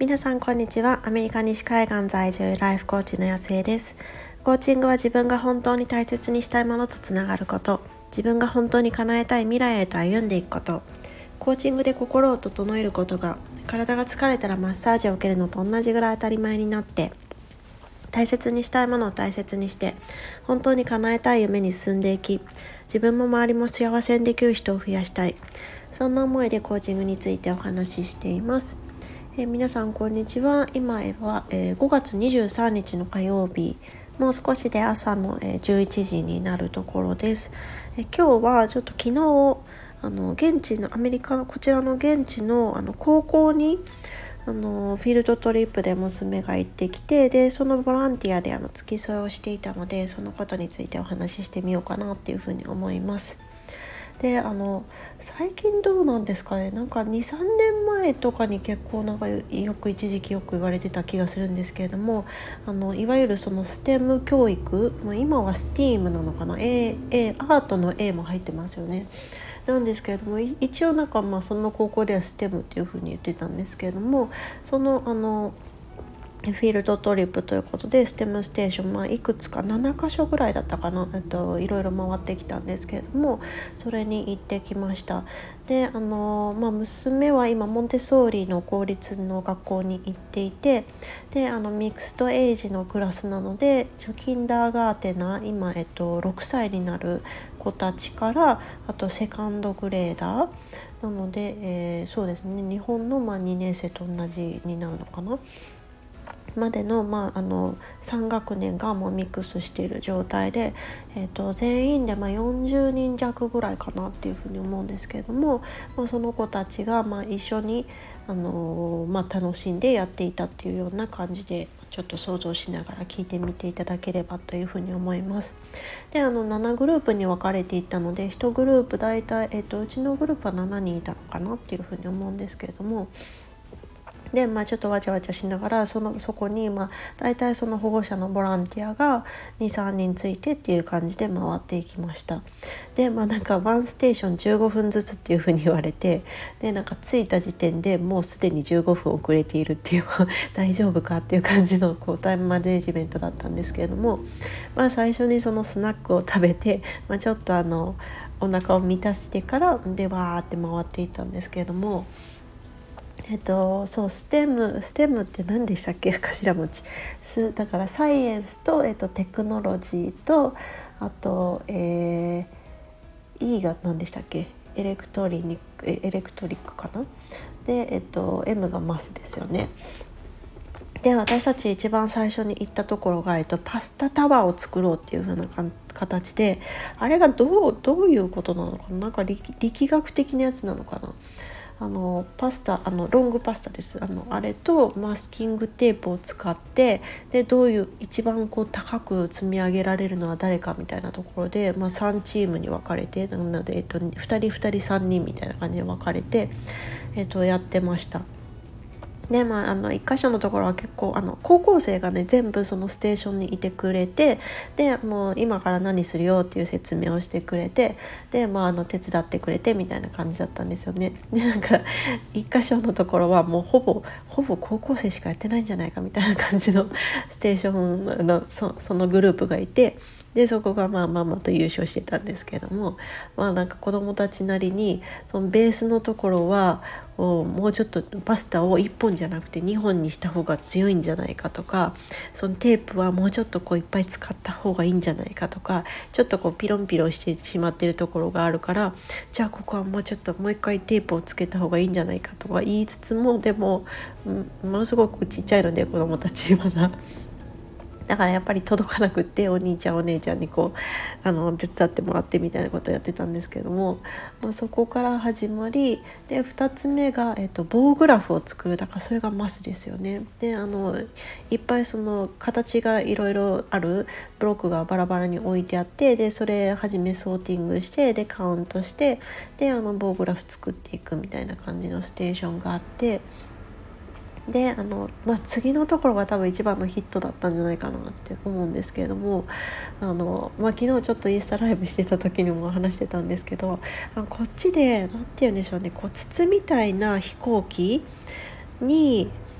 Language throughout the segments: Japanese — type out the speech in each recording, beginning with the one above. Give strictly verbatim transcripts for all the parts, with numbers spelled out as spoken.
皆さんこんにちは。アメリカ西海岸在住ライフコーチの安江です。コーチングは自分が本当に大切にしたいものとつながること、自分が本当に叶えたい未来へと歩んでいくこと、コーチングで心を整えることが体が疲れたらマッサージを受けるのと同じぐらい当たり前になって、大切にしたいものを大切にして本当に叶えたい夢に進んでいき、自分も周りも幸せにできる人を増やしたい、そんな思いでコーチングについてお話ししています。えー、皆さんこんにちは。今は、えー、ごがつにじゅうさんにちの火曜日、もう少しで朝の、えー、じゅういちじになるところです。えー、今日はちょっと昨日あの現地のアメリカのこちらの現地の、あの高校にあのフィールドトリップで娘が行ってきて、でそのボランティアであの付き添いをしていたので、そのことについてお話ししてみようかなっていうふうに思います。であの最近どうなんですかね。なんか にさんねんまえとかに結構なんかよく一時期よく言われてた気がするんですけれども、あのいわゆるそのステム教育、まあ、今はスティームなのかな、A、A、アートの A も入ってますよね。なんですけれども、一応なんかまあその高校ではステムっていうふうに言ってたんですけれども、そのあのフィールドトリップということでステムステーション、まあ、いくつかななかしょぐらいだったかな、といろいろ回ってきたんですけれども、それに行ってきました。であの、まあ、娘は今モンテッソーリの公立の学校に行っていて、であのミックストエイジのクラスなので、キンダーガーテナー、今、えっと、ろくさいになる子たちから、あとセカンドグレーダーなので、えー、そうですね、日本のまあにねん生と同じになるのかなまでの、まあ、あのさん学年がもうミックスしている状態で、えー、と全員でまあよんじゅうにん弱ぐらいかなっていうふうに思うんですけれども、まあ、その子たちがまあ一緒に、あのーまあ、楽しんでやっていたっていうような感じで、ちょっと想像しながら聞いてみていただければというふうに思います。であのななグループに分かれていったので、いちグループだいたい、えー、とうちのグループはしちにんいたのかなっていうふうに思うんですけれども、でまあ、ちょっとわちゃわちゃしながら、そのそこに、まあ、大体その保護者のボランティアが にさんにんついてっていう感じで回っていきました。でまあなんかワンステーションじゅうごふんずつっていう風に言われて、でなんか着いた時点でもうすでにじゅうごふん遅れているっていう大丈夫かっていう感じのこうタイムマネジメントだったんですけれども、まあ、最初にそのスナックを食べて、まあ、ちょっとあのお腹を満たしてからでわーって回っていったんですけれども、えっと、そうステムステムって何でしたっけ、頭文字すだからサイエンスと、えっと、テクノロジーと、あと、えー、E が何でしたっけ、エレクトリニックエレクトリックかなで、えっと、M がマスですよね。で私たち一番最初に行ったところが、えっと、パスタタワーを作ろうっていう風な形で、あれがどうどういうことなのかな、なんか 力, 力学的なやつなのかな。あのパスタあのロングパスタです。あのあれとマスキングテープを使って、でどういう一番こう高く積み上げられるのは誰かみたいなところで、まあ、さんチームに分かれて、なので、えっと、ふたりふたりさんにんみたいな感じで分かれて、えっと、やってました。でまあ、あのいっかしょのところは結構あの高校生がね全部そのステーションにいてくれて、でもう今から何するよっていう説明をしてくれて、で、まあ、あの手伝ってくれてみたいな感じだったんですよね。でなんかいっかしょのところはもうほぼほぼ高校生しかやってないんじゃないかみたいな感じのステーションの そ, そのグループがいて、でそこがまあママと優勝してたんですけども、まあなんか子どもたちなりにそのベースのところはもうちょっとパスタをいっぽんじゃなくてにほんにした方が強いんじゃないかとか、そのテープはもうちょっとこういっぱい使った方がいいんじゃないかとか、ちょっとこうピロンピロンしてしまっているところがあるから、じゃあここはもうちょっともう一回テープをつけた方がいいんじゃないかとか言いつつも、でもものすごくちっちゃいので子どもたちまだだからやっぱり届かなくって、お兄ちゃんお姉ちゃんにこうあの手伝ってもらってみたいなことをやってたんですけども、まあ、そこから始まりでふたつめが、えっと、棒グラフを作る。だからそれがマスですよね。であのいっぱいその形がいろいろあるブロックがバラバラに置いてあって、でそれはじめソーティングして、でカウントして、であの棒グラフ作っていくみたいな感じのステーションがあって、であの、まあ、次のところが多分一番のヒットだったんじゃないかなって思うんですけれども、あの、まあ、昨日ちょっとインスタライブしてた時にも話してたんですけど、あこっちでなんて言うんでしょうね、こう筒みたいな飛行機に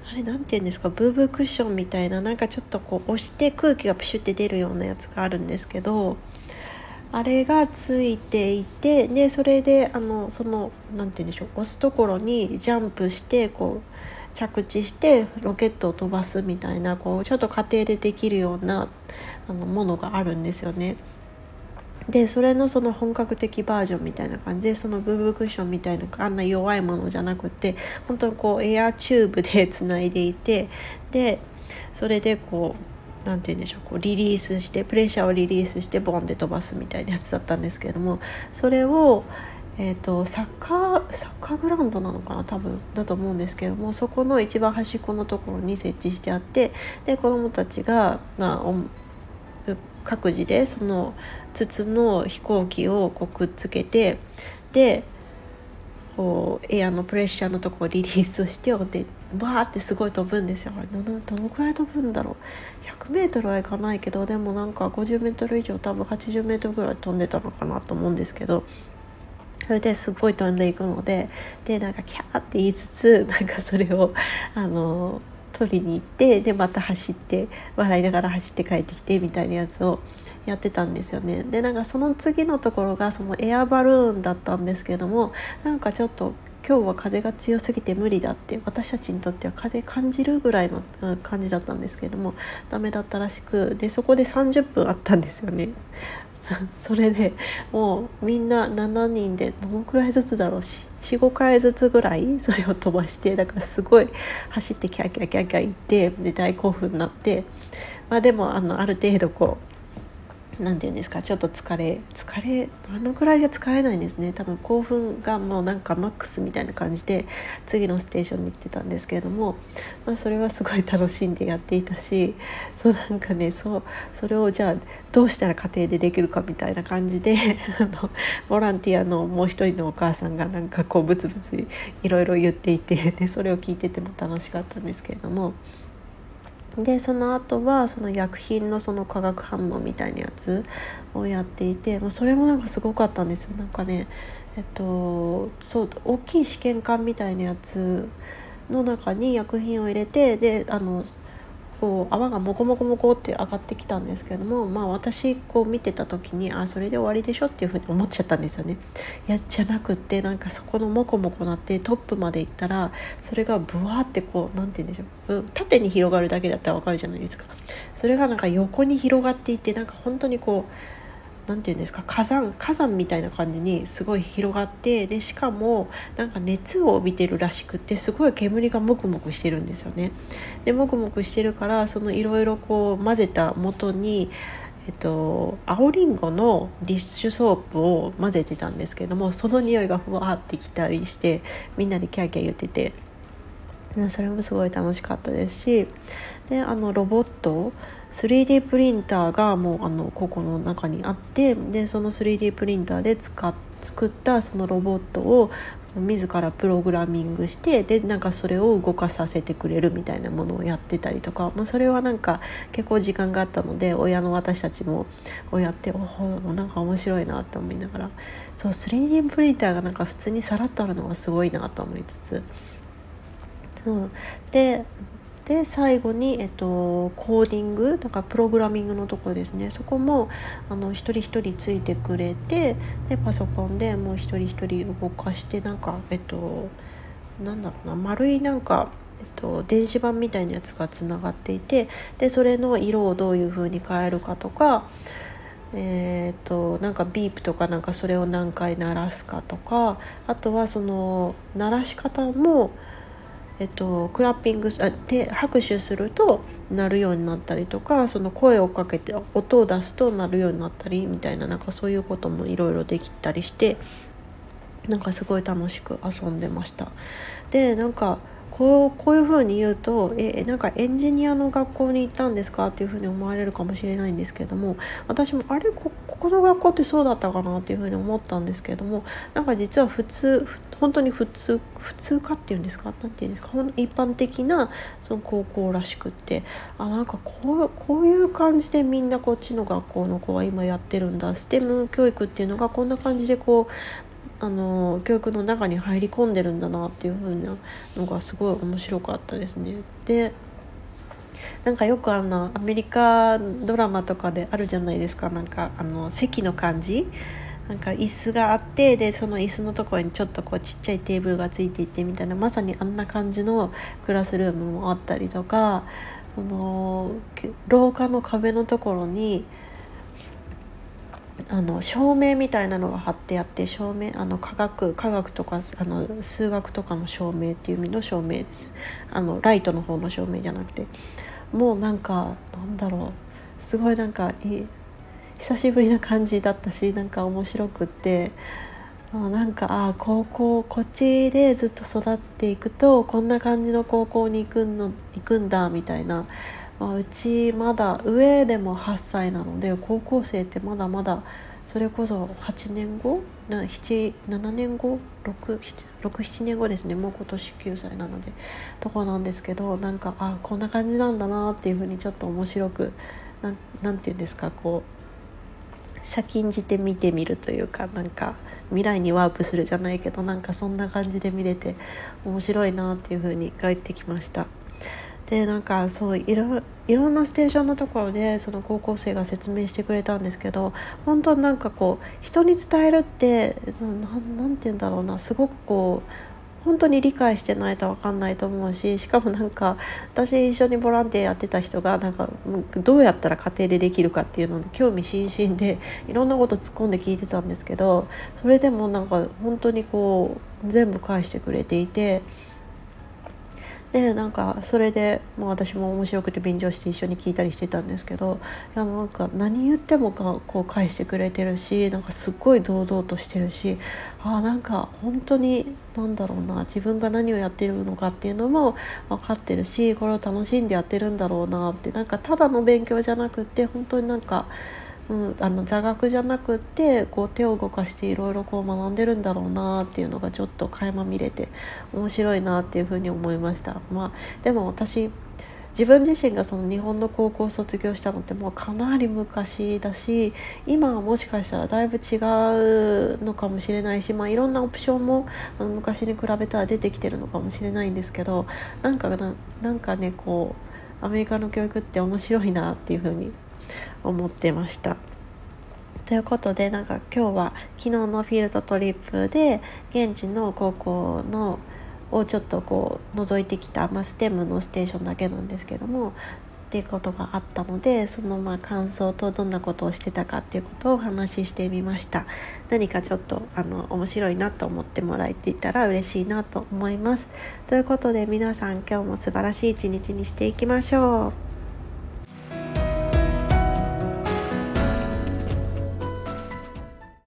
あれなんて言うんですか、ブーブークッションみたいな、なんかちょっとこう押して空気がプシュって出るようなやつがあるんですけど、あれがついていて、でそれであのそのなんて言うんでしょう、押すところにジャンプしてこう着地してロケットを飛ばすみたいな、こうちょっと家庭でできるようなあのものがあるんですよね。でそれのその本格的バージョンみたいな感じで、そのブーブークッションみたいなあんな弱いものじゃなくて、本当にこうエアチューブでつないでいて、でそれでこうなんて言うんでしょう、こうリリースしてプレッシャーをリリースしてボンで飛ばすみたいなやつだったんですけれども、それをえー、とサッカーサッカーグラウンドなのかな、多分だと思うんですけども、そこの一番端っこのところに設置してあって、で子どもたちが、まあ、各自でその筒の飛行機をこうくっつけて、でこうエアのプレッシャーのところをリリースしてでバーってすごい飛ぶんですよ。どのどのくらい飛ぶんだろう、ひゃくメートルはいかないけど、でもなんかごじゅうメートル以上、多分はちじゅうメートルぐらい飛んでたのかなと思うんですけど、それですごい飛んでいくので、でなんかキャーって言いつつ、なんかそれをあの取りに行って、でまた走って笑いながら走って帰ってきてみたいなやつをやってたんですよね。でなんかその次のところがそのエアバルーンだったんですけども、なんかちょっと今日は風が強すぎて無理だって、私たちにとっては風感じるぐらいの感じだったんですけれども、ダメだったらしく、でそこでさんじゅっぷんあったんですよね。それでもうみんなしちにんでどのくらいずつだろう、よん、ごかいずつぐらいそれを飛ばして、だからすごい走ってキャーキャーキャーキャー言って、で大興奮になって、まあでもあのある程度こうなんていうんですか、ちょっと疲れ疲れあのくらいじゃ疲れないんですね。多分興奮がもうなんかマックスみたいな感じで次のステーションに行ってたんですけれども、まあ、それはすごい楽しんでやっていたし、そうなんかね、そうそれをじゃあどうしたら家庭でできるかみたいな感じであのボランティアのもう一人のお母さんがなんかこうブツブツいろいろ言っていて、でそれを聞いてても楽しかったんですけれども、でその後はその薬品のその化学反応みたいなやつをやっていて、それもなんかすごかったんですよ。なんかねえっとそう大きい試験管みたいなやつの中に薬品を入れて、であのこう泡がモコモコモコって上がってきたんですけども、まあ私こう見てた時に、あそれで終わりでしょっていうふうに思っちゃったんですよね。いやじゃなくって、なんかそこのモコモコなってトップまで行ったら、それがブワーってこうなんて言うんでしょう、うん、縦に広がるだけだったらわかるじゃないですか。それがなんか横に広がっていて、なんか本当にこうなんていうんですか、火山火山みたいな感じにすごい広がって、でしかもなんか熱を帯びてるらしくって、すごい煙がもくもくしてるんですよね。でもくもくしてるから、そのいろいろこう混ぜた元にえっと、青りんごのディッシュソープを混ぜてたんですけども、その匂いがふわーってきたりして、みんなでキャーキャー言ってて、それもすごい楽しかったですし、であのロボット スリーディー プリンターがもうあのここの中にあって、でその スリーディー プリンターで使っ作ったそのロボットを自らプログラミングして、でなんかそれを動かさせてくれるみたいなものをやってたりとか、まあ、それはなんか結構時間があったので、親の私たちもこうやっておおなんか面白いなと思いながら、そう スリーディー プリンターがなんか普通にさらっとあるのがすごいなと思いつつ、そうでで最後に、えっと、コーディングだからプログラミングのところですね。そこもあの一人一人ついてくれて、でパソコンでもう一人一人動かして、なんかえっとなんだろうな、丸いなんか、えっと、電子版みたいなやつがつながっていて、でそれの色をどういう風に変えるかとか、えー、となんかビープとかなんかそれを何回鳴らすかとか、あとはその鳴らし方もえっと、クラッピングあで拍手すると鳴るようになったりとか、その声をかけて音を出すと鳴るようになったりみたいな、なんかそういうこともいろいろできたりして、なんかすごい楽しく遊んでました。でなんかこう、こういう風に言うとえなんかエンジニアの学校に行ったんですかっていう風に思われるかもしれないんですけども、私もあれ こ, ここの学校ってそうだったかなっていう風に思ったんですけども、なんか実は普通本当に普通普通科っていうんですか、なんていうんですか、一般的なその高校らしくって、あなんかこうこういう感じでみんなこっちの学校の子は今やってるんだ、ステム教育っていうのがこんな感じでこうあの教育の中に入り込んでるんだなっていう風なのがすごい面白かったですね。でなんかよくあのアメリカドラマとかであるじゃないですか、なんかあの席の感じ、なんか椅子があって、でその椅子のところにちょっとこうちっちゃいテーブルがついていてみたいな、まさにあんな感じのクラスルームもあったりとか、その廊下の壁のところにあの照明みたいなのが貼ってあって、照明あの科学科学とかあの数学とかの照明っていう意味の照明です。あのライトの方の照明じゃなくて、もうなんかなんだろう、すごいなんかいい久しぶりな感じだったし、なんか面白くって、あなんかあ高校こっちでずっと育っていくとこんな感じの高校に行くの行くんだみたいな、まあ、うちまだ上でもはっさいなので、高校生ってまだまだそれこそはちねんごなななねんごろく、ななねんごですね。もう今年きゅうさいなのでとこなんですけど、なんかあこんな感じなんだなっていうふうにちょっと面白く、なん、なんていうんですか、こう先んじて見てみるというか、なんか未来にワープするじゃないけど、なんかそんな感じで見れて面白いなっていう風に帰ってきました。でなんかそういろいろんなステーションのところでその高校生が説明してくれたんですけど、本当なんかこう人に伝えるってな、なんて言うんだろうな、すごくこう本当に理解してないと分かんないと思うし、しかもなんか私一緒にボランティアやってた人がなんかどうやったら家庭でできるかっていうので興味津々でいろんなこと突っ込んで聞いてたんですけど、それでもなんか本当にこう全部返してくれていて、でなんかそれで、まあ、私も面白くて便乗して一緒に聞いたりしてたんですけど、いやなんか何言ってもかこう返してくれてるし、なんかすっごい堂々としてるし、あなんか本当になんだろうな、自分が何をやってるのかっていうのも分かってるし、これを楽しんでやってるんだろうなって、なんかただの勉強じゃなくって本当になんかうん、あの座学じゃなくってこう手を動かしていろいろこう学んでるんだろうなっていうのがちょっと垣間見れて面白いなっていうふうに思いました。まあ、でも私自分自身がその日本の高校を卒業したのってもうかなり昔だし、今はもしかしたらだいぶ違うのかもしれないし、まあ、いろんなオプションもあの昔に比べたら出てきてるのかもしれないんですけど、なんかな、なんかねこうアメリカの教育って面白いなっていうふうに思ってました。ということで、なんか今日は昨日のフィールドトリップで現地の高校のをちょっとこう覗いてきた、まあ、ステムのステーションだけなんですけどもっていうことがあったので、そのまあ感想とどんなことをしてたかっていうことをお話ししてみました。何かちょっとあの面白いなと思ってもらえていたら嬉しいなと思います。ということで皆さん今日も素晴らしい一日にしていきましょう。